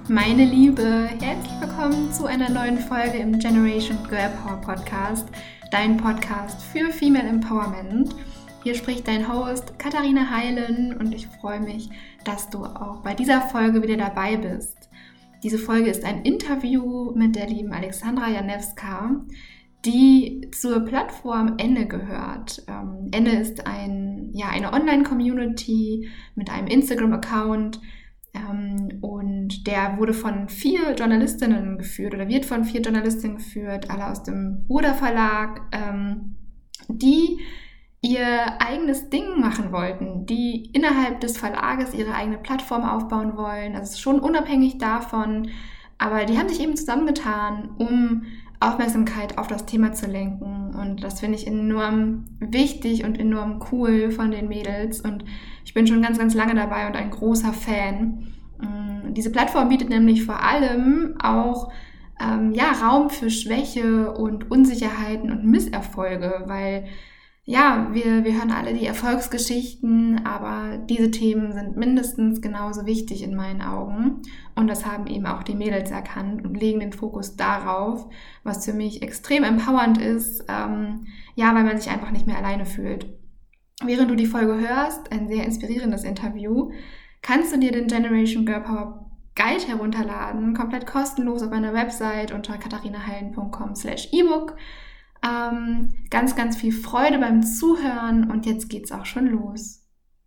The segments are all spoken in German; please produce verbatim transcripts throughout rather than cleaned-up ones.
Meine Liebe, herzlich willkommen zu einer neuen Folge im Generation Girl Power Podcast, dein Podcast für Female Empowerment. Hier spricht dein Host Katharina Heilen und ich freue mich, dass du auch bei dieser Folge wieder dabei bist. Diese Folge ist ein Interview mit der lieben Alexandra Janewska, die zur Plattform Enne gehört. Ähm, Enne ist ein, ja, eine Online-Community mit einem Instagram-Account, Ähm, und der wurde von vier Journalistinnen geführt oder wird von vier Journalistinnen geführt, alle aus dem Burda Verlag, ähm, die ihr eigenes Ding machen wollten, die innerhalb des Verlages ihre eigene Plattform aufbauen wollen, also schon unabhängig davon, aber die haben sich eben zusammengetan, um Aufmerksamkeit auf das Thema zu lenken, und das finde ich enorm wichtig und enorm cool von den Mädels, und ich bin schon ganz, ganz lange dabei und ein großer Fan. Diese Plattform bietet nämlich vor allem auch ähm, ja, Raum für Schwäche und Unsicherheiten und Misserfolge, weil ja, wir, wir hören alle die Erfolgsgeschichten, aber diese Themen sind mindestens genauso wichtig in meinen Augen, und das haben eben auch die Mädels erkannt und legen den Fokus darauf, was für mich extrem empowernd ist, ähm, ja, weil man sich einfach nicht mehr alleine fühlt. Während du die Folge hörst, ein sehr inspirierendes Interview, kannst du dir den Generation Girl Power Guide herunterladen, komplett kostenlos auf meiner Website unter katharinaheilen punkt com slash ebook. Ähm, ganz, ganz viel Freude beim Zuhören, und jetzt geht's auch schon los.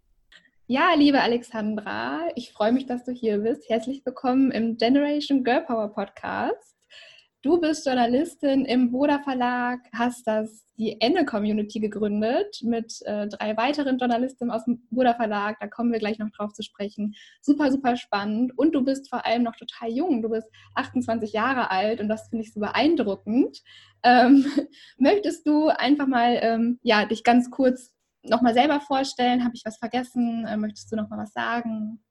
Ja, liebe Alexandra, ich freue mich, dass du hier bist. Herzlich willkommen im Generation Girl Power Podcast. Du bist Journalistin im Burda Verlag, hast das die Enne-Community gegründet mit äh, drei weiteren Journalistinnen aus dem Burda Verlag. Da kommen wir gleich noch drauf zu sprechen. Super, super spannend. Und du bist vor allem noch total jung. Du bist achtundzwanzig Jahre alt, und das finde ich so beeindruckend. Ähm, möchtest du einfach mal ähm, ja, dich ganz kurz nochmal selber vorstellen? Habe ich was vergessen? Äh, möchtest du nochmal was sagen?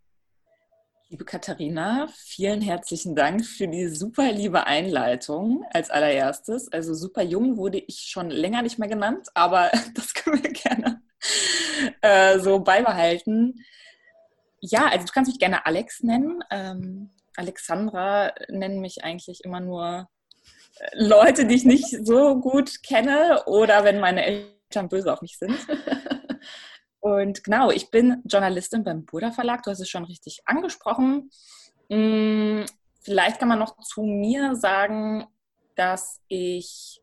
Liebe Katharina, vielen herzlichen Dank für die super liebe Einleitung als allererstes. Also super jung wurde ich schon länger nicht mehr genannt, aber das können wir gerne äh, so beibehalten. Ja, also du kannst mich gerne Alex nennen. Ähm, Alexandra nennen mich eigentlich immer nur Leute, die ich nicht so gut kenne, oder wenn meine Eltern böse auf mich sind. Und genau, ich bin Journalistin beim Burda Verlag, du hast es schon richtig angesprochen. Vielleicht kann man noch zu mir sagen, dass ich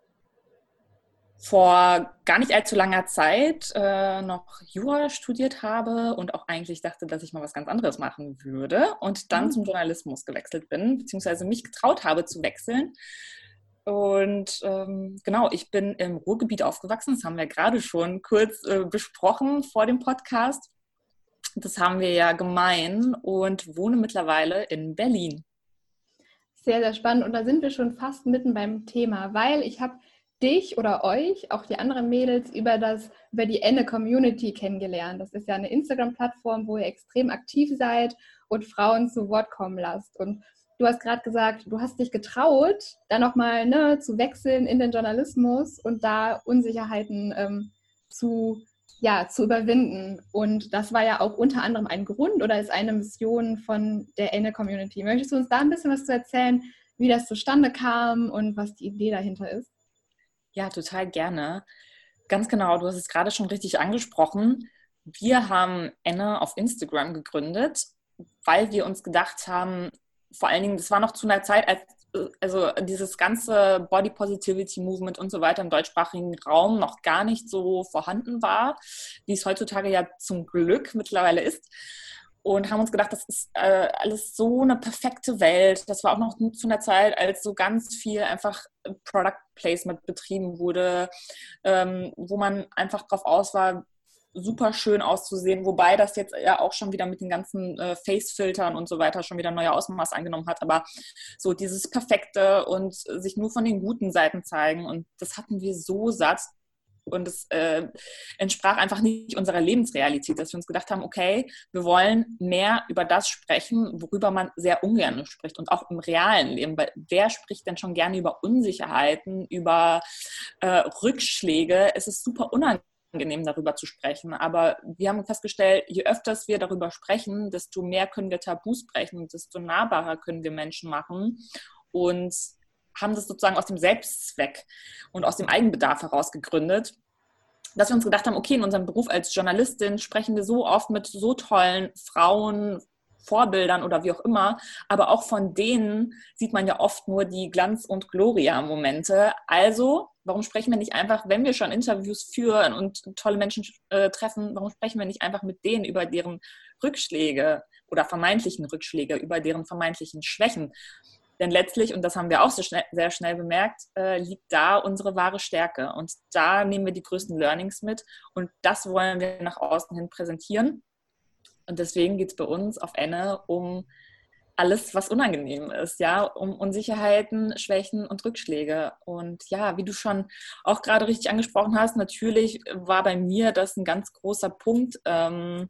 vor gar nicht allzu langer Zeit äh, noch Jura studiert habe und auch eigentlich dachte, dass ich mal was ganz anderes machen würde, und dann mhm. zum Journalismus gewechselt bin, beziehungsweise mich getraut habe zu wechseln. Und ähm, genau, ich bin im Ruhrgebiet aufgewachsen, das haben wir gerade schon kurz äh, besprochen vor dem Podcast. Das haben wir ja gemein, und wohne mittlerweile in Berlin. Sehr, sehr spannend, und da sind wir schon fast mitten beim Thema, weil ich habe dich oder euch, auch die anderen Mädels, über, das, über die Enne-Community kennengelernt. Das ist ja eine Instagram-Plattform, wo ihr extrem aktiv seid und Frauen zu Wort kommen lasst. Und du hast gerade gesagt, du hast dich getraut, da nochmal ne, zu wechseln in den Journalismus und da Unsicherheiten ähm, zu, ja, zu überwinden. Und das war ja auch unter anderem ein Grund oder ist eine Mission von der Enne-Community. Möchtest du uns da ein bisschen was zu erzählen, wie das zustande kam und was die Idee dahinter ist? Ja, total gerne. Ganz genau, du hast es gerade schon richtig angesprochen. Wir haben Enne auf Instagram gegründet, weil wir uns gedacht haben, vor allen Dingen, das war noch zu einer Zeit, als also dieses ganze Body Positivity Movement und so weiter im deutschsprachigen Raum noch gar nicht so vorhanden war, wie es heutzutage ja zum Glück mittlerweile ist. Und haben uns gedacht, das ist äh, alles so eine perfekte Welt. Das war auch noch zu einer Zeit, als so ganz viel einfach Product Placement betrieben wurde, ähm, wo man einfach drauf aus war, super schön auszusehen, wobei das jetzt ja auch schon wieder mit den ganzen äh, Face-Filtern und so weiter schon wieder ein neuer Ausmaß angenommen hat, aber so dieses Perfekte und sich nur von den guten Seiten zeigen, und das hatten wir so satt, und es äh, entsprach einfach nicht unserer Lebensrealität, dass wir uns gedacht haben, okay, wir wollen mehr über das sprechen, worüber man sehr ungern spricht, und auch im realen Leben, weil wer spricht denn schon gerne über Unsicherheiten, über äh, Rückschläge? Es ist super unangenehm, unangenehm, darüber zu sprechen. Aber wir haben festgestellt, je öfters wir darüber sprechen, desto mehr können wir Tabus brechen und desto nahbarer können wir Menschen machen und haben das sozusagen aus dem Selbstzweck und aus dem Eigenbedarf heraus gegründet, dass wir uns gedacht haben, okay, in unserem Beruf als Journalistin sprechen wir so oft mit so tollen Frauen, Vorbildern oder wie auch immer, aber auch von denen sieht man ja oft nur die Glanz- und Gloria-Momente. Also, warum sprechen wir nicht einfach, wenn wir schon Interviews führen und tolle Menschen äh, treffen, warum sprechen wir nicht einfach mit denen über deren Rückschläge oder vermeintlichen Rückschläge, über deren vermeintlichen Schwächen? Denn letztlich, und das haben wir auch so schnell, sehr schnell bemerkt, äh, liegt da unsere wahre Stärke. Und da nehmen wir die größten Learnings mit und das wollen wir nach außen hin präsentieren. Und deswegen geht es bei uns auf Enne um alles, was unangenehm ist, ja, um Unsicherheiten, Schwächen und Rückschläge. Und ja, wie du schon auch gerade richtig angesprochen hast, natürlich war bei mir das ein ganz großer Punkt, ähm,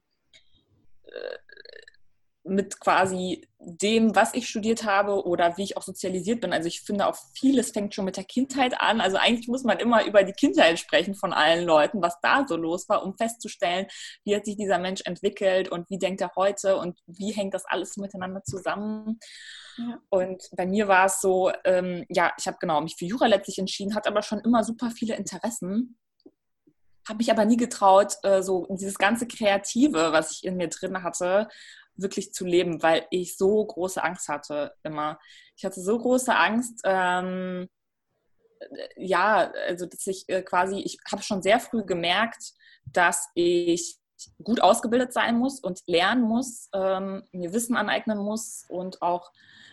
mit quasi dem, was ich studiert habe oder wie ich auch sozialisiert bin. Also ich finde auch vieles fängt schon mit der Kindheit an. Also eigentlich muss man immer über die Kindheit sprechen von allen Leuten, was da so los war, um festzustellen, wie hat sich dieser Mensch entwickelt und wie denkt er heute und wie hängt das alles miteinander zusammen. Ja. Und bei mir war es so, ähm, ja, ich habe genau mich für Jura letztlich entschieden, hatte aber schon immer super viele Interessen. Habe mich aber nie getraut, äh, so dieses ganze Kreative, was ich in mir drin hatte, wirklich zu leben, weil ich so große Angst hatte immer. Ich hatte so große Angst, ähm, ja, also dass ich äh, quasi, ich habe schon sehr früh gemerkt, dass ich gut ausgebildet sein muss und lernen muss, ähm, mir Wissen aneignen muss und auch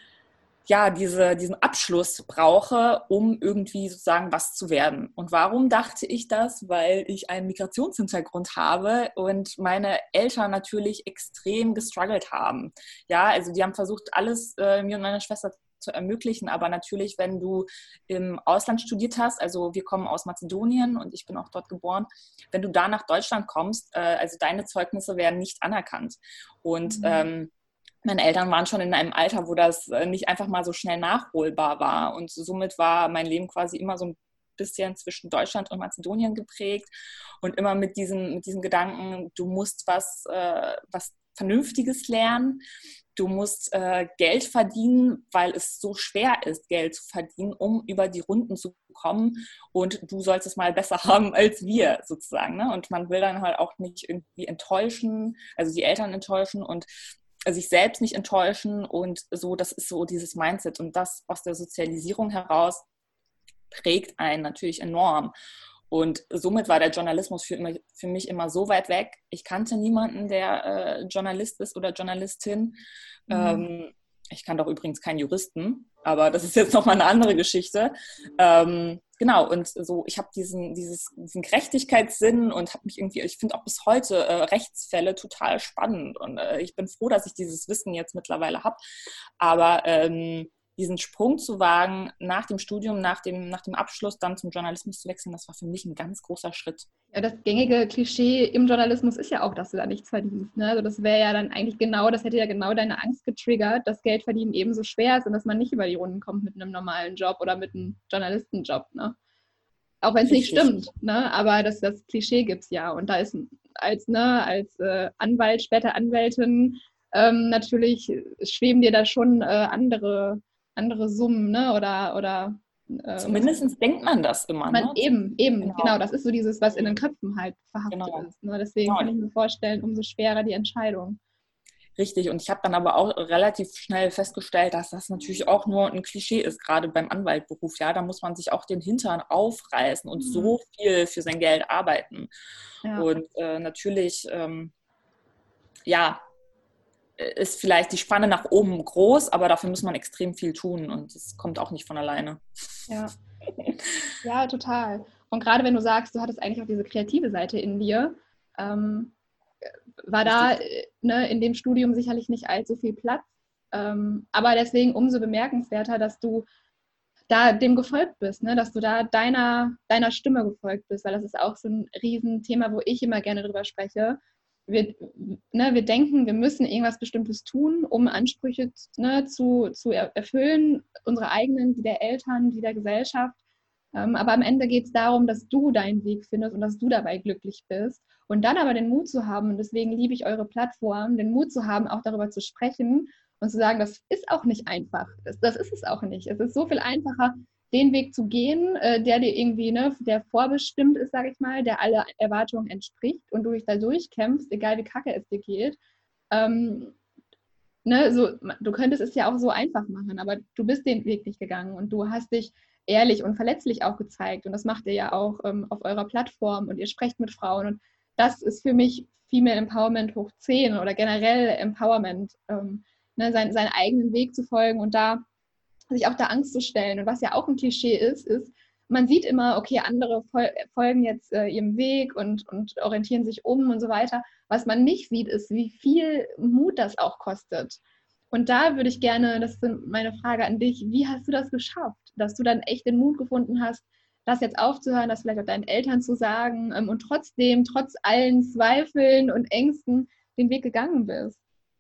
ja, diese, diesen Abschluss brauche, um irgendwie sozusagen was zu werden. Und warum dachte ich das? Weil ich einen Migrationshintergrund habe und meine Eltern natürlich extrem gestruggelt haben. Ja, also die haben versucht, alles äh, mir und meiner Schwester zu ermöglichen, aber natürlich, wenn du im Ausland studiert hast, also wir kommen aus Mazedonien und ich bin auch dort geboren, wenn du da nach Deutschland kommst, äh, also deine Zeugnisse werden nicht anerkannt. Und mhm. ähm, meine Eltern waren schon in einem Alter, wo das nicht einfach mal so schnell nachholbar war. Und somit war mein Leben quasi immer so ein bisschen zwischen Deutschland und Mazedonien geprägt. Und immer mit diesem, mit diesem Gedanken, du musst was, äh, was Vernünftiges lernen. Du musst äh, Geld verdienen, weil es so schwer ist, Geld zu verdienen, um über die Runden zu kommen. Und du sollst es mal besser haben als wir sozusagen. Ne? Und man will dann halt auch nicht irgendwie enttäuschen, also die Eltern enttäuschen und sich selbst nicht enttäuschen und so, das ist so dieses Mindset und das aus der Sozialisierung heraus prägt einen natürlich enorm. Und somit war der Journalismus für, immer, für mich immer so weit weg. Ich kannte niemanden, der äh, Journalist ist oder Journalistin. Mhm. Ähm, ich kannte auch übrigens keinen Juristen, aber das ist jetzt nochmal eine andere Geschichte. Ähm, genau, und so, ich habe diesen, dieses, diesen Gerechtigkeitssinn und habe mich irgendwie, ich finde auch bis heute äh, Rechtsfälle total spannend und äh, ich bin froh, dass ich dieses Wissen jetzt mittlerweile habe. Aber ähm, diesen Sprung zu wagen, nach dem Studium, nach dem, nach dem Abschluss dann zum Journalismus zu wechseln, das war für mich ein ganz großer Schritt. Ja, das gängige Klischee im Journalismus ist ja auch, dass du da nichts verdienst. Ne? Also das wäre ja dann eigentlich genau, das hätte ja genau deine Angst getriggert, dass Geld verdienen ebenso schwer ist und dass man nicht über die Runden kommt mit einem normalen Job oder mit einem Journalistenjob. Ne? Auch wenn es nicht stimmt, ne? Aber das, das Klischee gibt es ja. Und da ist als, ne, als äh, Anwalt, später Anwältin, ähm, natürlich schweben dir da schon äh, andere andere Summen, ne? Oder, oder äh, zumindest denkt man das immer. Man, ne? Eben, eben, genau. genau. Das ist so dieses, was in den Köpfen halt verhaftet genau. ist. Ne? Deswegen genau. kann ich mir vorstellen, umso schwerer die Entscheidung. Richtig, und ich habe dann aber auch relativ schnell festgestellt, dass das natürlich auch nur ein Klischee ist, gerade beim Anwaltberuf. Ja, da muss man sich auch den Hintern aufreißen und mhm. so viel für sein Geld arbeiten. Ja. Und äh, natürlich, ähm, ja, ist vielleicht die Spanne nach oben groß, aber dafür muss man extrem viel tun und es kommt auch nicht von alleine. Ja. Ja, total. Und gerade wenn du sagst, du hattest eigentlich auch diese kreative Seite in dir, ähm, war da ne, in dem Studium sicherlich nicht allzu viel Platz, ähm, aber deswegen umso bemerkenswerter, dass du da dem gefolgt bist, ne? Dass du da deiner, deiner Stimme gefolgt bist, weil das ist auch so ein Riesenthema, wo ich immer gerne drüber spreche. Wir, ne, wir denken, wir müssen irgendwas Bestimmtes tun, um Ansprüche ne, zu, zu erfüllen, unsere eigenen, die der Eltern, die der Gesellschaft. Ähm, aber am Ende geht es darum, dass du deinen Weg findest und dass du dabei glücklich bist. Und dann aber den Mut zu haben, und deswegen liebe ich eure Plattform, den Mut zu haben, auch darüber zu sprechen und zu sagen, das ist auch nicht einfach. Das, das ist es auch nicht. Es ist so viel einfacher, den Weg zu gehen, äh, der dir irgendwie, ne, der vorbestimmt ist, sage ich mal, der alle Erwartungen entspricht und du dich da durchkämpfst, egal wie kacke es dir geht. Ähm, ne, so, du könntest es ja auch so einfach machen, aber du bist den Weg nicht gegangen und du hast dich ehrlich und verletzlich auch gezeigt und das macht ihr ja auch ähm, auf eurer Plattform und ihr sprecht mit Frauen und das ist für mich Female Empowerment hoch zehn oder generell Empowerment, ähm, ne, sein, seinen eigenen Weg zu folgen und da sich auch da Angst zu stellen. Und was ja auch ein Klischee ist, ist, man sieht immer, okay, andere fol- folgen jetzt äh, ihrem Weg und, und orientieren sich um und so weiter. Was man nicht sieht, ist, wie viel Mut das auch kostet. Und da würde ich gerne, das ist meine Frage an dich, wie hast du das geschafft, dass du dann echt den Mut gefunden hast, das jetzt aufzuhören, das vielleicht auch deinen Eltern zu sagen ähm, und trotzdem, trotz allen Zweifeln und Ängsten, den Weg gegangen bist?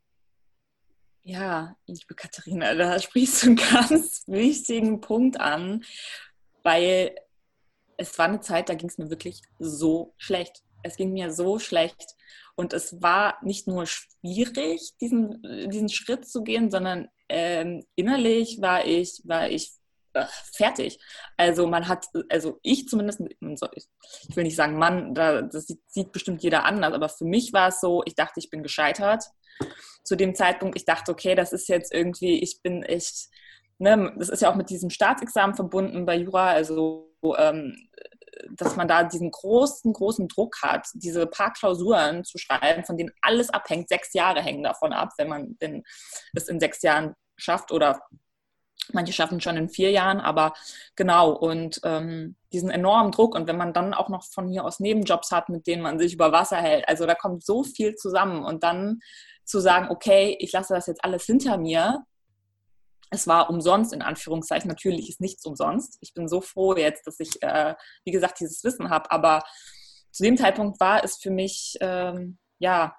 Ja, liebe Katharina, da sprichst du einen ganz wichtigen Punkt an, weil es war eine Zeit, da ging es mir wirklich so schlecht. Es ging mir so schlecht und es war nicht nur schwierig, diesen, diesen Schritt zu gehen, sondern ähm, innerlich war ich, war ich äh, fertig. Also man hat, also ich zumindest, ich will nicht sagen Mann, das sieht, sieht bestimmt jeder anders, aber für mich war es so, ich dachte, ich bin gescheitert. Zu dem Zeitpunkt, ich dachte, okay, das ist jetzt irgendwie, ich bin echt, ne, das ist ja auch mit diesem Staatsexamen verbunden bei Jura, also ähm, dass man da diesen großen, großen Druck hat, diese paar Klausuren zu schreiben, von denen alles abhängt. Sechs Jahre hängen davon ab, wenn man denn es in sechs Jahren schafft oder manche schaffen es schon in vier Jahren, aber genau und ähm, diesen enormen Druck und wenn man dann auch noch von hier aus Nebenjobs hat, mit denen man sich über Wasser hält, also da kommt so viel zusammen und dann zu sagen, okay, ich lasse das jetzt alles hinter mir. Es war umsonst, in Anführungszeichen. Natürlich ist nichts umsonst. Ich bin so froh jetzt, dass ich, äh, wie gesagt, dieses Wissen habe. Aber zu dem Zeitpunkt war es für mich, ähm, ja,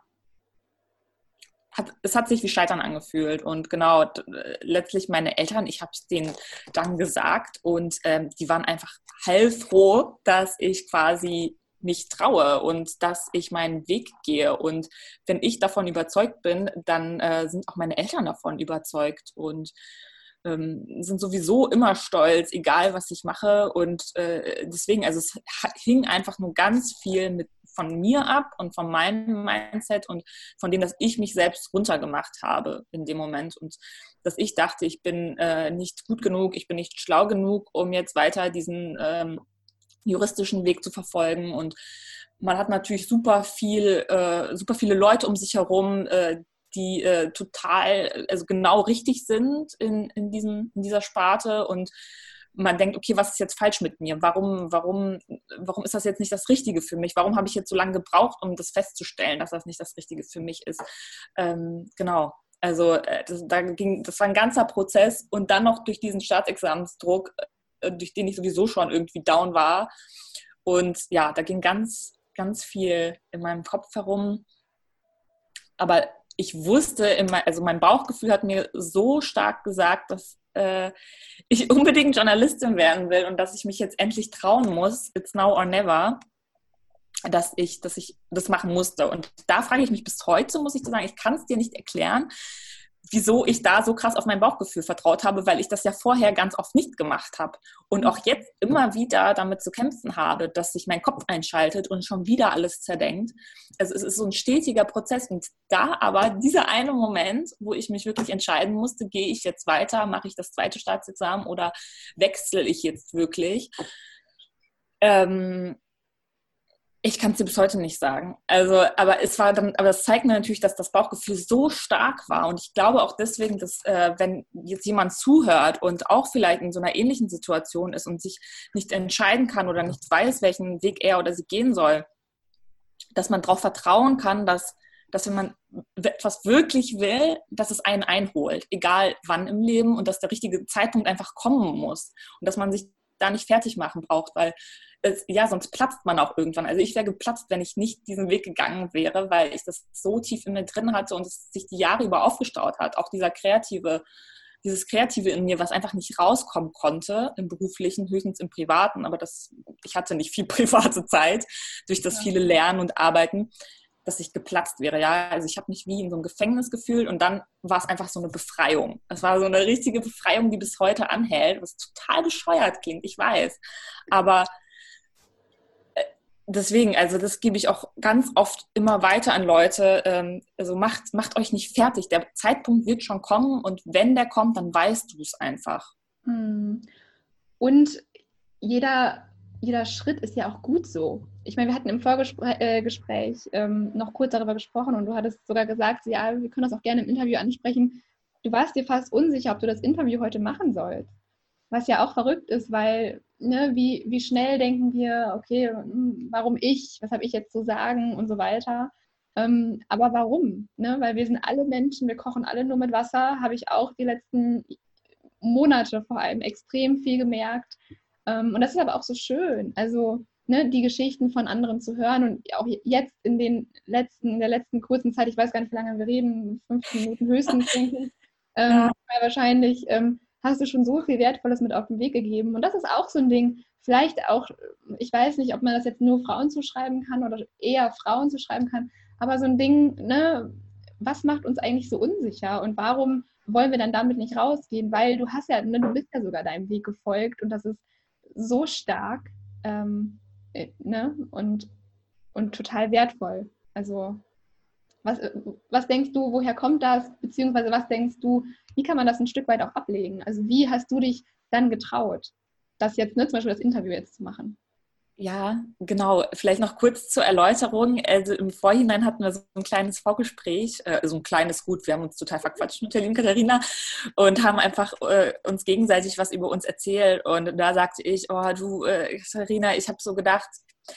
hat, es hat sich wie Scheitern angefühlt. Und genau, d- letztlich meine Eltern, ich habe es denen dann gesagt und ähm, die waren einfach heilfroh, dass ich quasi mich traue und dass ich meinen Weg gehe. Und wenn ich davon überzeugt bin, dann äh, sind auch meine Eltern davon überzeugt und ähm, sind sowieso immer stolz, egal was ich mache. Und äh, deswegen, also es hing einfach nur ganz viel mit von mir ab und von meinem Mindset und von dem, dass ich mich selbst runtergemacht habe in dem Moment und dass ich dachte, ich bin äh, nicht gut genug, ich bin nicht schlau genug, um jetzt weiter diesen ähm, juristischen Weg zu verfolgen und man hat natürlich super viel, äh, super viele Leute um sich herum, äh, die äh, total, also genau richtig sind in, in, diesen, in dieser Sparte und man denkt, okay, was ist jetzt falsch mit mir? Warum, warum, warum ist das jetzt nicht das Richtige für mich? Warum habe ich jetzt so lange gebraucht, um das festzustellen, dass das nicht das Richtige für mich ist? Ähm, genau. Also äh, das, da ging, das war ein ganzer Prozess und dann noch durch diesen Staatsexamensdruck, äh, durch den ich sowieso schon irgendwie down war. Und ja, da ging ganz, ganz viel in meinem Kopf herum. Aber ich wusste, in mein, also mein Bauchgefühl hat mir so stark gesagt, dass äh, ich unbedingt Journalistin werden will und dass ich mich jetzt endlich trauen muss, it's now or never, dass ich, dass ich das machen musste. Und da frage ich mich bis heute, muss ich dir sagen, ich kann es dir nicht erklären, wieso ich da so krass auf mein Bauchgefühl vertraut habe, weil ich das ja vorher ganz oft nicht gemacht habe und auch jetzt immer wieder damit zu kämpfen habe, dass sich mein Kopf einschaltet und schon wieder alles zerdenkt. Also es ist so ein stetiger Prozess und da aber dieser eine Moment, wo ich mich wirklich entscheiden musste, gehe ich jetzt weiter, mache ich das zweite Staatsexamen oder wechsle ich jetzt wirklich? Ähm, Ich kann es dir bis heute nicht sagen. Also, aber es war dann, aber das zeigt mir natürlich, dass das Bauchgefühl so stark war. Und ich glaube auch deswegen, dass äh, wenn jetzt jemand zuhört und auch vielleicht in so einer ähnlichen Situation ist und sich nicht entscheiden kann oder nicht weiß, welchen Weg er oder sie gehen soll, dass man darauf vertrauen kann, dass, dass wenn man etwas wirklich will, dass es einen einholt, egal wann im Leben und dass der richtige Zeitpunkt einfach kommen muss und dass man sich da nicht fertig machen braucht, weil es, ja, sonst platzt man auch irgendwann. Also ich wäre geplatzt, wenn ich nicht diesen Weg gegangen wäre, weil ich das so tief in mir drin hatte und es sich die Jahre über aufgestaut hat. Auch dieser kreative, dieses Kreative in mir, was einfach nicht rauskommen konnte im Beruflichen, höchstens im Privaten, aber das, ich hatte nicht viel private Zeit durch das viele Lernen und Arbeiten, dass ich geplatzt wäre. Ja, also ich habe mich wie in so einem Gefängnis gefühlt und dann war es einfach so eine Befreiung. Es war so eine richtige Befreiung, die bis heute anhält, was total bescheuert klingt, ich weiß. Aber deswegen, also das gebe ich auch ganz oft immer weiter an Leute. Ähm, also macht, macht euch nicht fertig. Der Zeitpunkt wird schon kommen und wenn der kommt, dann weißt du es einfach. Und jeder, jeder Schritt ist ja auch gut so. Ich meine, wir hatten im Vorgespräch äh, Gespräch, ähm, noch kurz darüber gesprochen und du hattest sogar gesagt, ja, wir können das auch gerne im Interview ansprechen. Du warst dir fast unsicher, ob du das Interview heute machen sollst. Was ja auch verrückt ist, weil, ne, wie, wie schnell denken wir, okay, warum ich, was habe ich jetzt zu sagen und so weiter. Ähm, aber warum? Ne? Weil wir sind alle Menschen, wir kochen alle nur mit Wasser, habe ich auch die letzten Monate vor allem extrem viel gemerkt. Ähm, und das ist aber auch so schön, also ne, die Geschichten von anderen zu hören und auch jetzt in den letzten, in der letzten kurzen Zeit, ich weiß gar nicht, wie lange wir reden, fünfzehn Minuten höchstens, denke ich, ähm, ja. weil wahrscheinlich ähm, hast du schon so viel Wertvolles mit auf den Weg gegeben. Und das ist auch so ein Ding, vielleicht auch, ich weiß nicht, ob man das jetzt nur Frauen zuschreiben kann oder eher Frauen zuschreiben kann, aber so ein Ding, ne, was macht uns eigentlich so unsicher und warum wollen wir dann damit nicht rausgehen? Weil du hast ja, ne, du bist ja sogar deinem Weg gefolgt und das ist so stark ähm, ne, und, und total wertvoll. Also Was, was denkst du, woher kommt das? Beziehungsweise was denkst du, wie kann man das ein Stück weit auch ablegen? Also wie hast du dich dann getraut, das jetzt, ne, zum Beispiel das Interview jetzt zu machen? Ja, genau. Vielleicht noch kurz zur Erläuterung. Also im Vorhinein hatten wir so ein kleines Vorgespräch, äh, so ein kleines Gut. Wir haben uns total verquatscht mit der lieben Katharina und haben einfach äh, uns gegenseitig was über uns erzählt. Und da sagte ich, oh du, äh, Katharina, ich habe so gedacht,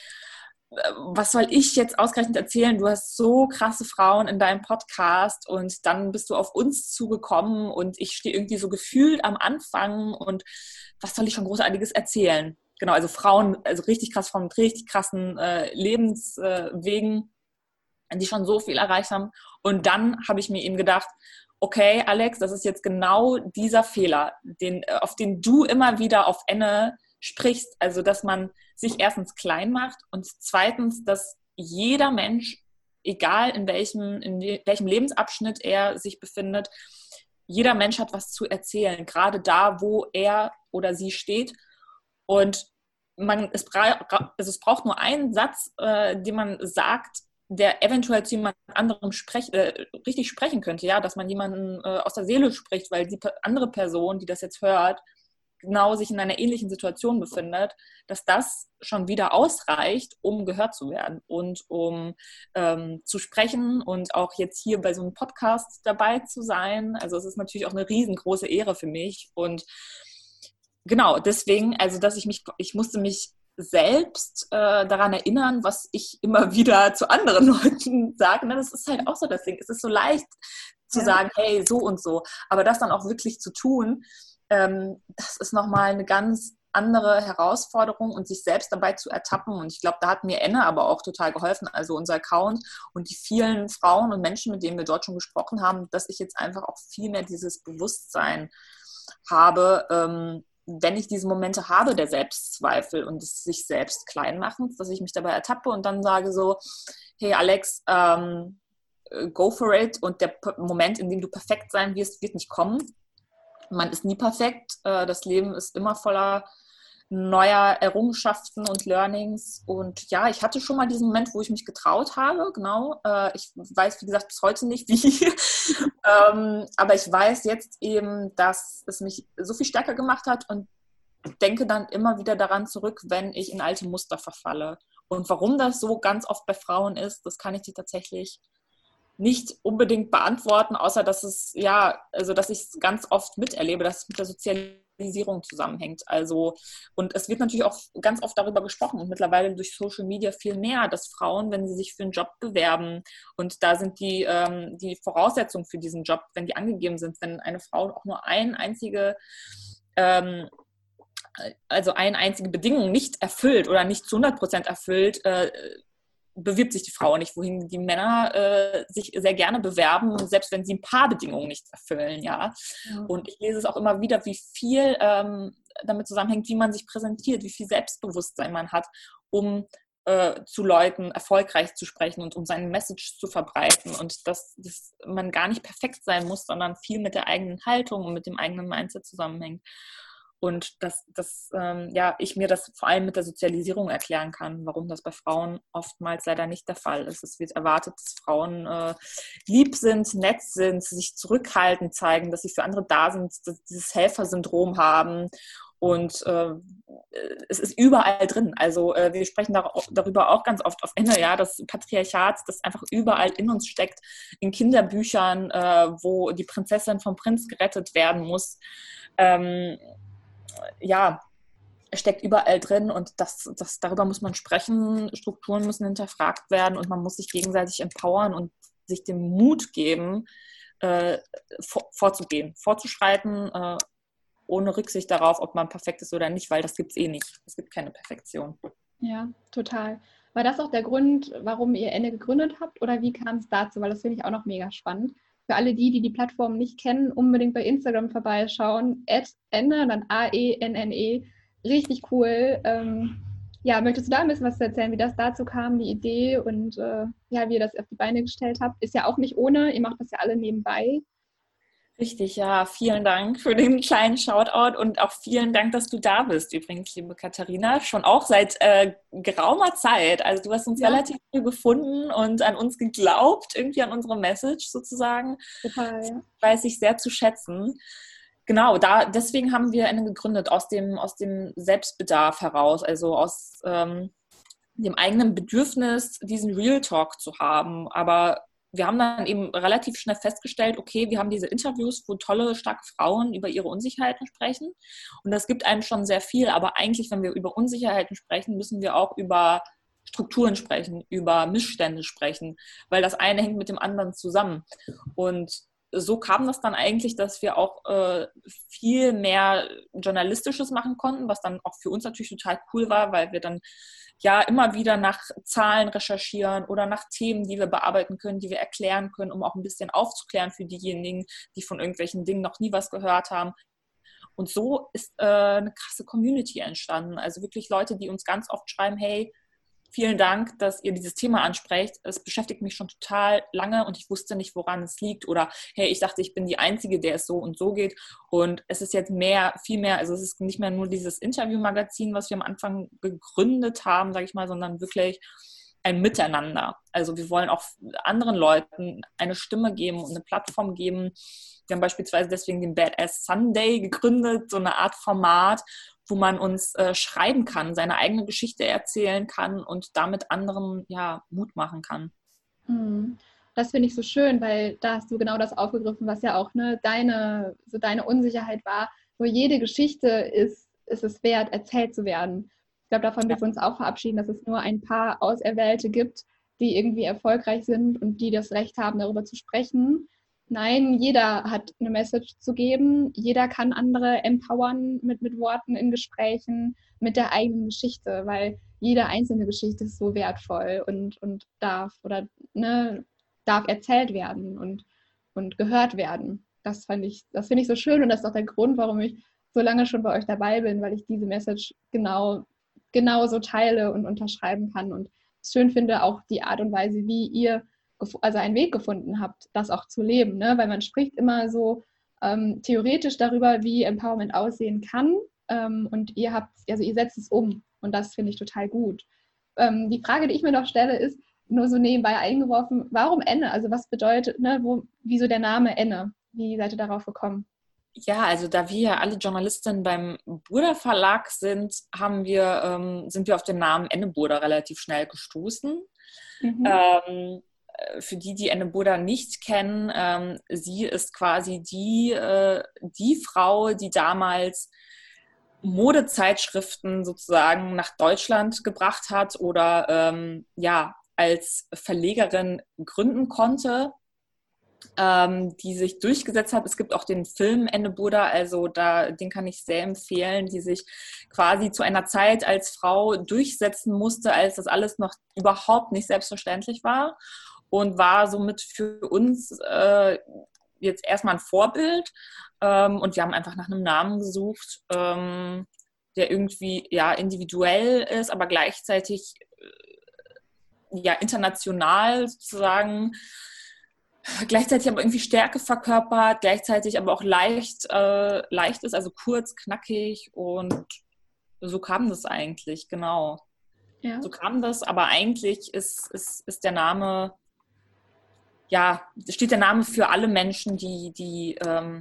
was soll ich jetzt ausgerechnet erzählen? Du hast so krasse Frauen in deinem Podcast und dann bist du auf uns zugekommen und ich stehe irgendwie so gefühlt am Anfang und was soll ich schon Großartiges erzählen? Genau, also Frauen, also richtig krass Frauen mit richtig krassen äh, Lebenswegen, äh, die schon so viel erreicht haben. Und dann habe ich mir eben gedacht, okay, Alex, das ist jetzt genau dieser Fehler, den, auf den du immer wieder auf Enne sprichst, also dass man sich erstens klein macht und zweitens, dass jeder Mensch, egal in welchem, in welchem Lebensabschnitt er sich befindet, jeder Mensch hat was zu erzählen, gerade da, wo er oder sie steht. Und man, es, bra- also es braucht nur einen Satz, äh, den man sagt, der eventuell zu jemand anderem sprech, äh, richtig sprechen könnte, ja, dass man jemanden äh, aus der Seele spricht, weil die andere Person, die das jetzt hört, genau sich in einer ähnlichen Situation befindet, dass das schon wieder ausreicht, um gehört zu werden und um ähm, zu sprechen und auch jetzt hier bei so einem Podcast dabei zu sein. Also es ist natürlich auch eine riesengroße Ehre für mich und genau, deswegen, also dass ich mich, ich musste mich selbst äh, daran erinnern, was ich immer wieder zu anderen Leuten sage. Ne? Das ist halt auch so das Ding. Es ist so leicht zu ja. sagen, hey, so und so, aber das dann auch wirklich zu tun, ähm, das ist nochmal eine ganz andere Herausforderung und sich selbst dabei zu ertappen. Und ich glaube, da hat mir Enne aber auch total geholfen, also unser Account und die vielen Frauen und Menschen, mit denen wir dort schon gesprochen haben, dass ich jetzt einfach auch viel mehr dieses Bewusstsein habe, ähm, wenn ich diese Momente habe der Selbstzweifel und des sich selbst Kleinmachens, dass ich mich dabei ertappe und dann sage so, hey Alex, ähm, go for it und der Moment, in dem du perfekt sein wirst, wird nicht kommen. Man ist nie perfekt, das Leben ist immer voller neuer Errungenschaften und Learnings und ja, ich hatte schon mal diesen Moment, wo ich mich getraut habe, genau, ich weiß, wie gesagt, bis heute nicht wie, aber ich weiß jetzt eben, dass es mich so viel stärker gemacht hat und denke dann immer wieder daran zurück, wenn ich in alte Muster verfalle und warum das so ganz oft bei Frauen ist, das kann ich dir tatsächlich nicht unbedingt beantworten, außer dass es, ja, also dass ich es ganz oft miterlebe, dass es mit der Sozialisierung zusammenhängt. Also, und es wird natürlich auch ganz oft darüber gesprochen und mittlerweile durch Social Media viel mehr, dass Frauen, wenn sie sich für einen Job bewerben und da sind die, ähm, die Voraussetzungen für diesen Job, wenn die angegeben sind, wenn eine Frau auch nur ein einzige ähm, also eine einzige Bedingung nicht erfüllt oder nicht zu hundert Prozent erfüllt, äh, bewirbt sich die Frau nicht, wohin die Männer äh, sich sehr gerne bewerben, selbst wenn sie ein paar Bedingungen nicht erfüllen, ja. ja. Und ich lese es auch immer wieder, wie viel ähm, damit zusammenhängt, wie man sich präsentiert, wie viel Selbstbewusstsein man hat, um äh, zu Leuten erfolgreich zu sprechen und um seine Message zu verbreiten und dass, dass man gar nicht perfekt sein muss, sondern viel mit der eigenen Haltung und mit dem eigenen Mindset zusammenhängt. Und dass, dass ähm, ja, ich mir das vor allem mit der Sozialisierung erklären kann, warum das bei Frauen oftmals leider nicht der Fall ist. Es wird erwartet, dass Frauen äh, lieb sind, nett sind, sich zurückhaltend zeigen, dass sie für andere da sind, dass sie dieses Helfersyndrom haben. Und äh, es ist überall drin. Also äh, wir sprechen dar- darüber auch ganz oft auf Ende, ja, das Patriarchat, das einfach überall in uns steckt, in Kinderbüchern, äh, wo die Prinzessin vom Prinz gerettet werden muss. Ähm, ja, steckt überall drin und das, das, darüber muss man sprechen, Strukturen müssen hinterfragt werden und man muss sich gegenseitig empowern und sich den Mut geben, äh, vor, vorzugehen, vorzuschreiten, äh, ohne Rücksicht darauf, ob man perfekt ist oder nicht, weil das gibt es eh nicht. Es gibt keine Perfektion. Ja, total. War das auch der Grund, warum ihr Enne gegründet habt oder wie kam es dazu? Weil das finde ich auch noch mega spannend. Für alle die, die die Plattform nicht kennen, unbedingt bei Instagram vorbeischauen. at Enne, dann A E N N E. Richtig cool. Ähm, ja, möchtest du da ein bisschen was erzählen, wie das dazu kam, die Idee und äh, ja, wie ihr das auf die Beine gestellt habt? Ist ja auch nicht ohne, ihr macht das ja alle nebenbei. Richtig, ja. Vielen Dank für den kleinen Shoutout und auch vielen Dank, dass du da bist, übrigens, liebe Katharina. Schon auch seit äh, geraumer Zeit. Also du hast uns ja. relativ früh gefunden und an uns geglaubt, irgendwie an unsere Message sozusagen. Total, ja. Weiß ich sehr zu schätzen. Genau, da, deswegen haben wir eine gegründet, aus dem, aus dem Selbstbedarf heraus, also aus ähm, dem eigenen Bedürfnis, diesen Real Talk zu haben. Aber wir haben dann eben relativ schnell festgestellt, okay, wir haben diese Interviews, wo tolle, starke Frauen über ihre Unsicherheiten sprechen. Und das gibt einem schon sehr viel. Aber eigentlich, wenn wir über Unsicherheiten sprechen, müssen wir auch über Strukturen sprechen, über Missstände sprechen, weil das eine hängt mit dem anderen zusammen. Und so kam das dann eigentlich, dass wir auch äh, viel mehr Journalistisches machen konnten, was dann auch für uns natürlich total cool war, weil wir dann ja immer wieder nach Zahlen recherchieren oder nach Themen, die wir bearbeiten können, die wir erklären können, um auch ein bisschen aufzuklären für diejenigen, die von irgendwelchen Dingen noch nie was gehört haben. Und so ist äh, eine krasse Community entstanden. Also wirklich Leute, die uns ganz oft schreiben, hey, vielen Dank, dass ihr dieses Thema ansprecht. Es beschäftigt mich schon total lange und ich wusste nicht, woran es liegt. Oder hey, ich dachte, ich bin die Einzige, der es so und so geht. Und es ist jetzt mehr, viel mehr, also es ist nicht mehr nur dieses Interview-Magazin, was wir am Anfang gegründet haben, sage ich mal, sondern wirklich ein Miteinander. Also wir wollen auch anderen Leuten eine Stimme geben und eine Plattform geben. Wir haben beispielsweise deswegen den Badass Sunday gegründet, so eine Art Format, wo man uns äh, schreiben kann, seine eigene Geschichte erzählen kann und damit anderen ja, Mut machen kann. Das finde ich so schön, weil da hast du genau das aufgegriffen, was ja auch ne, deine, so deine Unsicherheit war. Wo jede Geschichte ist, ist es wert, erzählt zu werden. Ich glaube, davon dürfen wir uns auch verabschieden, dass es nur ein paar Auserwählte gibt, die irgendwie erfolgreich sind und die das Recht haben, darüber zu sprechen. Nein, jeder hat eine Message zu geben. Jeder kann andere empowern mit, mit Worten in Gesprächen, mit der eigenen Geschichte, weil jede einzelne Geschichte ist so wertvoll und, und darf oder ne, darf erzählt werden und, und gehört werden. Das fand ich, das finde ich so schön und das ist auch der Grund, warum ich so lange schon bei euch dabei bin, weil ich diese Message genau, genau so teile und unterschreiben kann und schön finde auch die Art und Weise, wie ihr also einen Weg gefunden habt, das auch zu leben, ne? Weil man spricht immer so ähm, theoretisch darüber, wie Empowerment aussehen kann ähm, und ihr habt, also ihr setzt es um und das finde ich total gut. Ähm, die Frage, die ich mir noch stelle, ist nur so nebenbei eingeworfen, warum Enne? Also was bedeutet, ne, wo, wieso der Name Enne? Wie seid ihr darauf gekommen? Ja, also da wir ja alle Journalistinnen beim Burda Verlag sind, haben wir, ähm, sind wir auf den Namen Enne Burda relativ schnell gestoßen. Mhm. Ähm, Für die, die Enne Burda nicht kennen, ähm, sie ist quasi die, äh, die Frau, die damals Modezeitschriften sozusagen nach Deutschland gebracht hat oder ähm, ja, als Verlegerin gründen konnte. ähm, die sich durchgesetzt hat. Es gibt auch den Film Ende Buddha, also da, den kann ich sehr empfehlen, die sich quasi zu einer Zeit als Frau durchsetzen musste, als das alles noch überhaupt nicht selbstverständlich war und war somit für uns äh, jetzt erstmal ein Vorbild. Ähm, und wir haben einfach nach einem Namen gesucht, ähm, der irgendwie ja individuell ist, aber gleichzeitig ja international sozusagen, gleichzeitig aber irgendwie Stärke verkörpert, gleichzeitig aber auch leicht, äh, leicht ist, also kurz, knackig, und so kam das eigentlich, genau. Ja. So kam das, aber eigentlich ist, ist, ist der Name, ja, steht der Name für alle Menschen, die, die, ähm,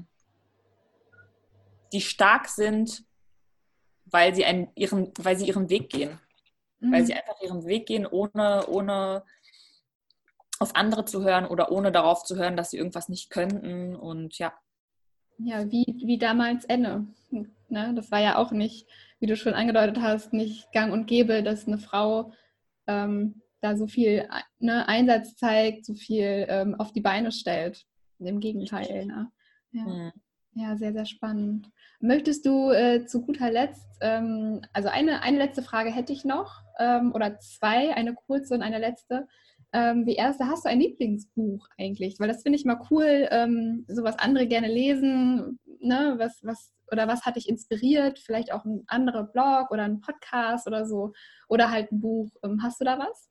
die stark sind, weil sie, einen, ihren, weil sie ihren Weg gehen. Mhm. Weil sie einfach ihren Weg gehen, ohne, ohne auf andere zu hören oder ohne darauf zu hören, dass sie irgendwas nicht könnten. Und ja. Ja, wie, wie damals Enne. Ne? Das war ja auch nicht, wie du schon angedeutet hast, nicht gang und gäbe, dass eine Frau ähm, da so viel ne, Einsatz zeigt, so viel ähm, auf die Beine stellt. Im Gegenteil. Ne? Ja. Hm. Ja, sehr, sehr spannend. Möchtest du äh, zu guter Letzt, ähm, also eine, eine letzte Frage hätte ich noch, ähm, oder zwei, eine kurze und eine letzte. Ähm, die erste, hast du ein Lieblingsbuch eigentlich? Weil das finde ich mal cool, ähm, so was andere gerne lesen, ne? Was, was, oder was hat dich inspiriert? Vielleicht auch ein anderer Blog oder ein Podcast oder so, oder halt ein Buch. Ähm, hast du da was?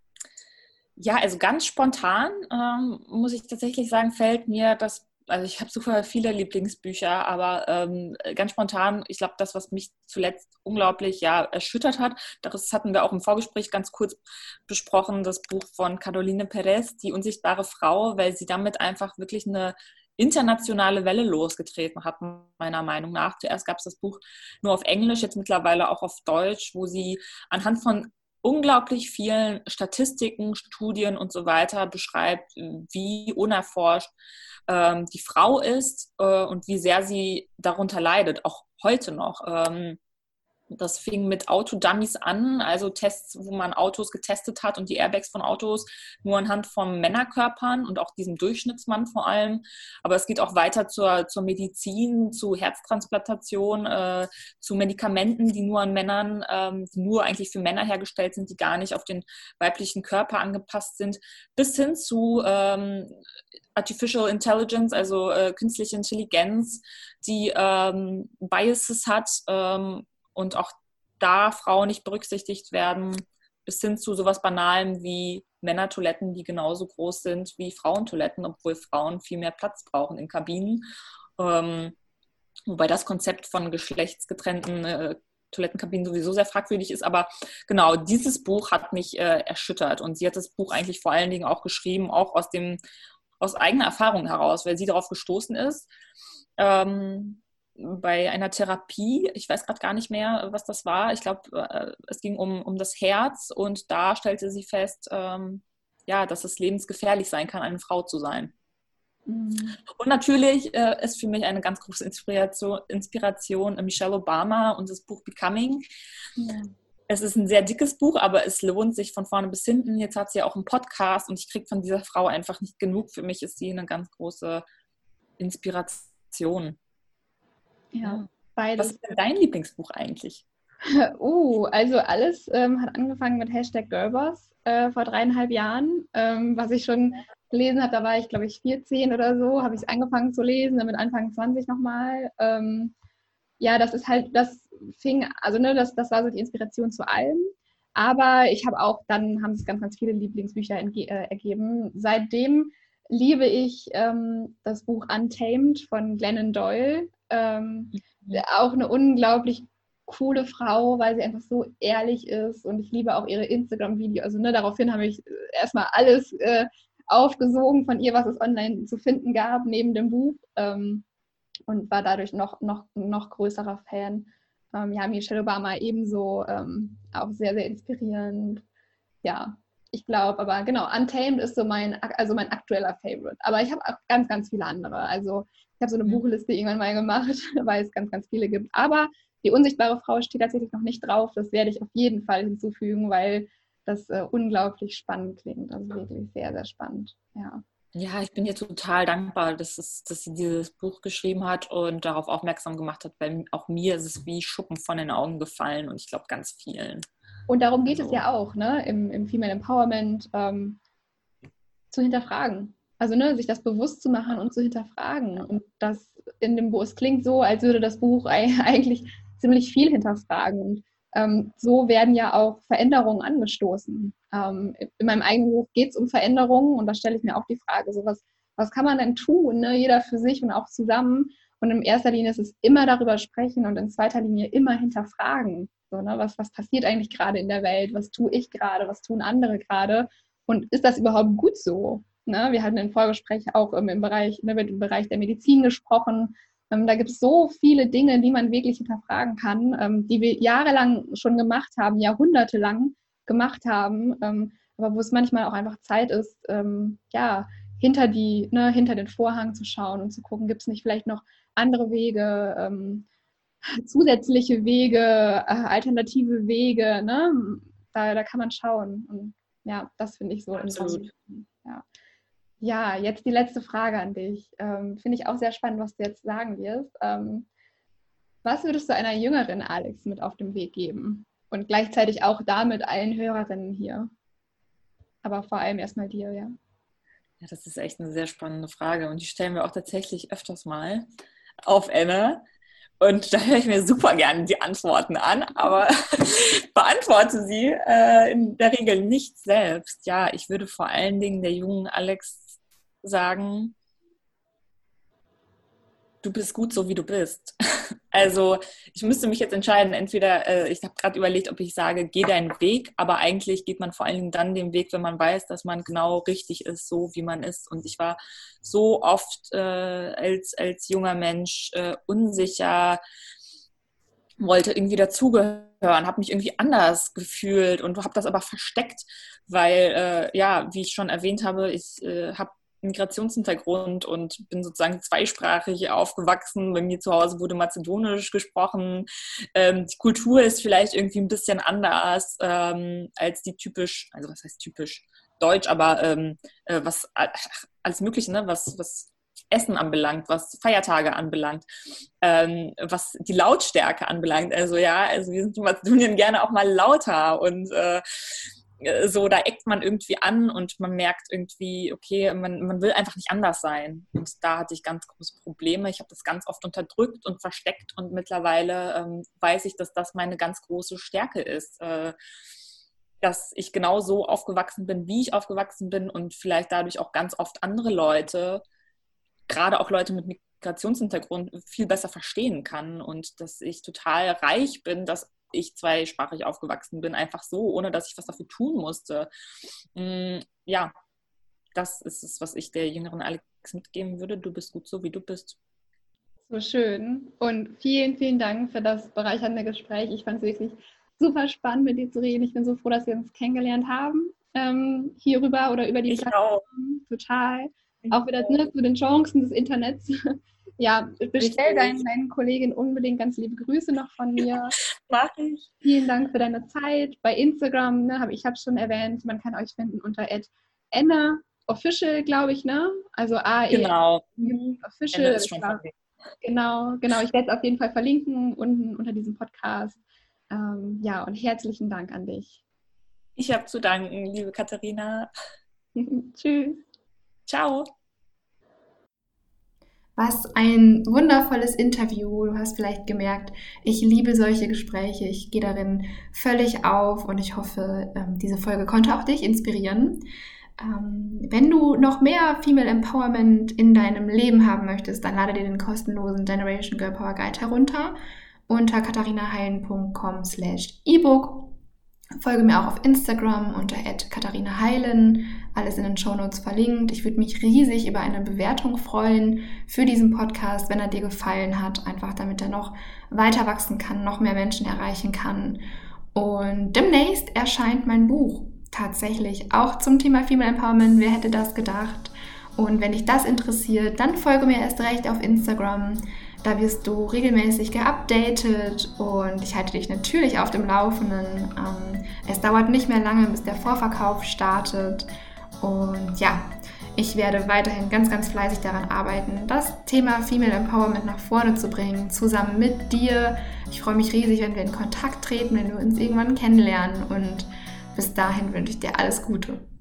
Ja, also ganz spontan ähm, muss ich tatsächlich sagen, fällt mir das, also ich habe super viele Lieblingsbücher, aber ähm, ganz spontan, ich glaube, das, was mich zuletzt unglaublich ja erschüttert hat, das hatten wir auch im Vorgespräch ganz kurz besprochen, das Buch von Caroline Perez, Die unsichtbare Frau, weil sie damit einfach wirklich eine internationale Welle losgetreten hat, meiner Meinung nach. Zuerst gab es das Buch nur auf Englisch, jetzt mittlerweile auch auf Deutsch, wo sie anhand von unglaublich vielen Statistiken, Studien und so weiter beschreibt, wie unerforscht ähm, die Frau ist äh, und wie sehr sie darunter leidet, auch heute noch. Ähm, das fing mit Autodummies an, also Tests, wo man Autos getestet hat und die Airbags von Autos nur anhand von Männerkörpern und auch diesem Durchschnittsmann vor allem. Aber es geht auch weiter zur, zur Medizin, zu Herztransplantation, äh, zu Medikamenten, die nur an Männern, ähm, die nur eigentlich für Männer hergestellt sind, die gar nicht auf den weiblichen Körper angepasst sind, bis hin zu ähm, Artificial Intelligence, also äh, künstliche Intelligenz, die ähm, Biases hat, ähm, und auch da Frauen nicht berücksichtigt werden, bis hin zu sowas Banalem wie Männertoiletten, die genauso groß sind wie Frauentoiletten, obwohl Frauen viel mehr Platz brauchen in Kabinen. Ähm, wobei das Konzept von geschlechtsgetrennten äh, Toilettenkabinen sowieso sehr fragwürdig ist. Aber genau, dieses Buch hat mich äh, erschüttert. Und sie hat das Buch eigentlich vor allen Dingen auch geschrieben, auch aus, dem, aus eigener Erfahrung heraus, weil sie darauf gestoßen ist. Ähm, bei einer Therapie, ich weiß gerade gar nicht mehr, was das war. Ich glaube, äh, es ging um, um das Herz und da stellte sie fest, ähm, ja, dass es lebensgefährlich sein kann, eine Frau zu sein. Mhm. Und natürlich äh, ist für mich eine ganz große Inspiration, Inspiration Michelle Obama und das Buch Becoming. Ja. Es ist ein sehr dickes Buch, aber es lohnt sich von vorne bis hinten. Jetzt hat sie auch einen Podcast und ich kriege von dieser Frau einfach nicht genug. Für mich ist sie eine ganz große Inspiration. Ja, beides. Was ist denn dein Lieblingsbuch eigentlich? Uh, also alles ähm, hat angefangen mit Hashtag Girlboss äh, vor dreieinhalb Jahren, ähm, was ich schon gelesen habe. Da war ich, glaube ich, vierzehn oder so, habe ich es angefangen zu lesen, dann mit Anfang zwanzig nochmal. Ähm, ja, das ist halt, das fing, also ne, das, das war so die Inspiration zu allem. Aber ich habe auch, dann haben sich ganz, ganz viele Lieblingsbücher entge- äh, ergeben. Seitdem liebe ich ähm, das Buch Untamed von Glennon Doyle. Ähm, mhm. Auch eine unglaublich coole Frau, weil sie einfach so ehrlich ist und ich liebe auch ihre Instagram-Videos. Also ne, daraufhin habe ich erstmal alles äh, aufgesogen von ihr, was es online zu finden gab, neben dem Buch, ähm, und war dadurch noch, noch, noch größerer Fan. Ähm, ja, Michelle Obama ebenso, ähm, auch sehr, sehr inspirierend. Ja, ich glaube, aber genau, Untamed ist so mein, also mein aktueller Favorite. Aber ich habe auch ganz, ganz viele andere. Also ich habe so eine mhm. Buchliste irgendwann mal gemacht, weil es ganz, ganz viele gibt. Aber die unsichtbare Frau steht tatsächlich noch nicht drauf. Das werde ich auf jeden Fall hinzufügen, weil das äh, unglaublich spannend klingt. Also wirklich sehr, sehr spannend. Ja. Ja, ich bin ihr total dankbar, dass, es, dass sie dieses Buch geschrieben hat und darauf aufmerksam gemacht hat, weil auch mir ist es wie Schuppen von den Augen gefallen und ich glaube ganz vielen. Und darum geht Also, es ja auch, ne, im, im Female Empowerment ähm, zu hinterfragen. Also ne, sich das bewusst zu machen und zu hinterfragen. Und das in dem Buch, es klingt so, als würde das Buch eigentlich ziemlich viel hinterfragen. Und ähm, so werden ja auch Veränderungen angestoßen. Ähm, in meinem eigenen Buch geht es um Veränderungen und da stelle ich mir auch die Frage, so was, was kann man denn tun, ne? Jeder für sich und auch zusammen. Und in erster Linie ist es immer darüber sprechen und in zweiter Linie immer hinterfragen. So, ne? was, was passiert eigentlich gerade in der Welt? Was tue ich gerade? Was tun andere gerade? Und ist das überhaupt gut so? Ne? Wir hatten im Vorgespräch auch ähm, im, Bereich, ne, im Bereich der Medizin gesprochen. Ähm, da gibt es so viele Dinge, die man wirklich hinterfragen kann, ähm, die wir jahrelang schon gemacht haben, jahrhundertelang gemacht haben, ähm, aber wo es manchmal auch einfach Zeit ist, ähm, ja, hinter, die, ne, hinter den Vorhang zu schauen und zu gucken, gibt es nicht vielleicht noch andere Wege, ähm, zusätzliche Wege, äh, alternative Wege, ne? Da, da kann man schauen. Und ja, das finde ich so. absolut. Ja. ja, jetzt die letzte Frage an dich. Ähm, finde ich auch sehr spannend, was du jetzt sagen wirst. Ähm, was würdest du einer jüngeren Alex mit auf den Weg geben? Und gleichzeitig auch damit allen Hörerinnen hier. Aber vor allem erstmal dir, ja. Ja, das ist echt eine sehr spannende Frage und die stellen wir auch tatsächlich öfters mal auf Enne. Und da höre ich mir super gerne die Antworten an, aber beantworte sie äh, in der Regel nicht selbst. Ja, ich würde vor allen Dingen der jungen Alex sagen, du bist gut so, wie du bist. Also ich müsste mich jetzt entscheiden, entweder, äh, ich habe gerade überlegt, ob ich sage, geh deinen Weg, aber eigentlich geht man vor allen Dingen dann den Weg, wenn man weiß, dass man genau richtig ist, so wie man ist. Und ich war so oft äh, als, als junger Mensch äh, unsicher, wollte irgendwie dazugehören, habe mich irgendwie anders gefühlt und habe das aber versteckt, weil, äh, ja, wie ich schon erwähnt habe, ich äh, habe Migrationshintergrund und bin sozusagen zweisprachig aufgewachsen. Bei mir zu Hause wurde Mazedonisch gesprochen. Ähm, die Kultur ist vielleicht irgendwie ein bisschen anders ähm, als die typisch, also was heißt typisch Deutsch, aber ähm, äh, was alles Mögliche, ne? was, was Essen anbelangt, was Feiertage anbelangt, ähm, was die Lautstärke anbelangt. Also ja, also wir sind in Mazedonien gerne auch mal lauter und äh, so, da eckt man irgendwie an und man merkt irgendwie, okay, man, man will einfach nicht anders sein. Und da hatte ich ganz große Probleme. Ich habe das ganz oft unterdrückt und versteckt und mittlerweile ähm, weiß ich, dass das meine ganz große Stärke ist. Äh, dass ich genau so aufgewachsen bin, wie ich aufgewachsen bin und vielleicht dadurch auch ganz oft andere Leute, gerade auch Leute mit Migrationshintergrund, viel besser verstehen kann und dass ich total reich bin, dass ich zweisprachig aufgewachsen bin, einfach so, ohne dass ich was dafür tun musste. Ja, das ist es, was ich der jüngeren Alex mitgeben würde. Du bist gut so, wie du bist. So schön. Und vielen, vielen Dank für das bereichernde Gespräch. Ich fand es wirklich super spannend, mit dir zu reden. Ich bin so froh, dass wir uns kennengelernt haben, ähm, hierüber oder über die ich Plattform. Auch. Total. Ich auch wieder ne, zu den Chancen des Internets. Ja, bestell deinen, deinen Kolleginnen unbedingt ganz liebe Grüße noch von mir. Mach ich. Vielen Dank für deine Zeit. Bei Instagram, ne, habe ich habe es schon erwähnt, man kann euch finden unter Enne Official, glaube ich, ne? Also A E Genau. Official. Enne ist schon glaub, genau, genau. Ich werde es auf jeden Fall verlinken unten unter diesem Podcast. Ähm, ja, und herzlichen Dank an dich. Ich habe zu danken, liebe Katharina. Tschüss. Ciao. Was ein wundervolles Interview. Du hast vielleicht gemerkt, ich liebe solche Gespräche. Ich gehe darin völlig auf und ich hoffe, diese Folge konnte auch dich inspirieren. Wenn du noch mehr Female Empowerment in deinem Leben haben möchtest, dann lade dir den kostenlosen Generation Girl Power Guide herunter unter katharinaheilen punkt com slash ebook. Folge mir auch auf Instagram unter at katharinaheilen, alles in den Shownotes verlinkt. Ich würde mich riesig über eine Bewertung freuen für diesen Podcast, wenn er dir gefallen hat, einfach damit er noch weiter wachsen kann, noch mehr Menschen erreichen kann. Und demnächst erscheint mein Buch tatsächlich auch zum Thema Female Empowerment. Wer hätte das gedacht? Und wenn dich das interessiert, dann folge mir erst recht auf Instagram. Da wirst du regelmäßig geupdatet und ich halte dich natürlich auf dem Laufenden. Ähm, es dauert nicht mehr lange, bis der Vorverkauf startet. Und ja, ich werde weiterhin ganz, ganz fleißig daran arbeiten, das Thema Female Empowerment nach vorne zu bringen, zusammen mit dir. Ich freue mich riesig, wenn wir in Kontakt treten, wenn wir uns irgendwann kennenlernen und bis dahin wünsche ich dir alles Gute.